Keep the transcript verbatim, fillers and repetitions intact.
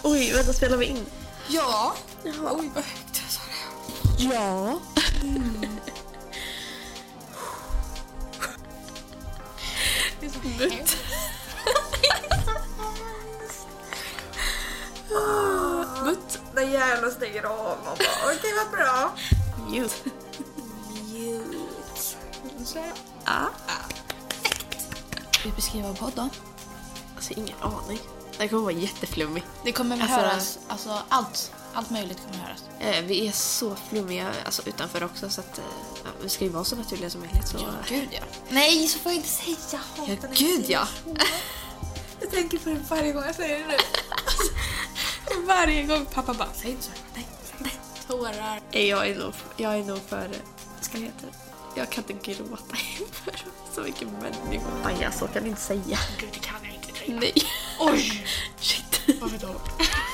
Oj, vänta, spelar vi in? Ja. Jaha. Oj, vad högt jag sa det. Ja. Mm. Det är så hemskt. Mutt. Den jävla stänger av. Man bara, okej, vad bra. Mute. Mute. Så. Ja. Vi beskriver podd då. Alltså, ingen aning. Det kommer vara jätteflummig. Det kommer Alltså- höras, alltså allt. Allt möjligt kommer höras. Eh, vi är så flummiga alltså, utanför också, så att eh, ja, vi ska ju vara så naturliga som möjligt. Så... Ja, gud ja. Nej, så får jag inte säga. Jag hatar Ja, när jag gud, säger ja. så. Jag tänker på det varje gång jag säger det nu. Varje gång pappa bara, säg inte så. Nej, nej. Tårar. Eh, Jag är nog, jag är nog för... Ska det heta? Jag kan inte gråta inför så mycket människor. Aj, så kan jag inte säga. Gud, det kan jag inte säga. Nej. Oj, Shit. vad för då?